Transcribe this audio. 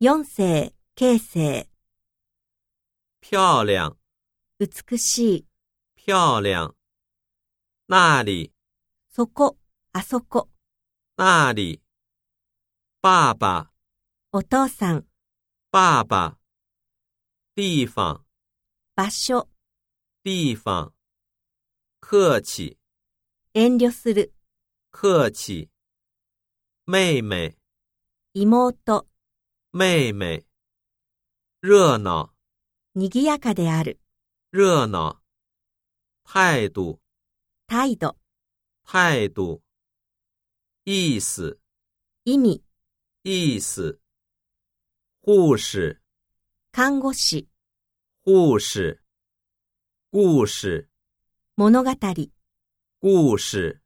4世、形成。 漂亮， 美しい。 漂亮。那里， そこ、あそこ。 那里。爸爸， お父さん。 爸爸。地方， 場所。 地方。客气， 遠慮する。 客气。妹妹， 妹。 妹妹。热闹， にぎやかである。 热闹。态度， 態度。 态度。意思， 意味。 意思。护士， 看護師。 护士。故事， 物語。 故事。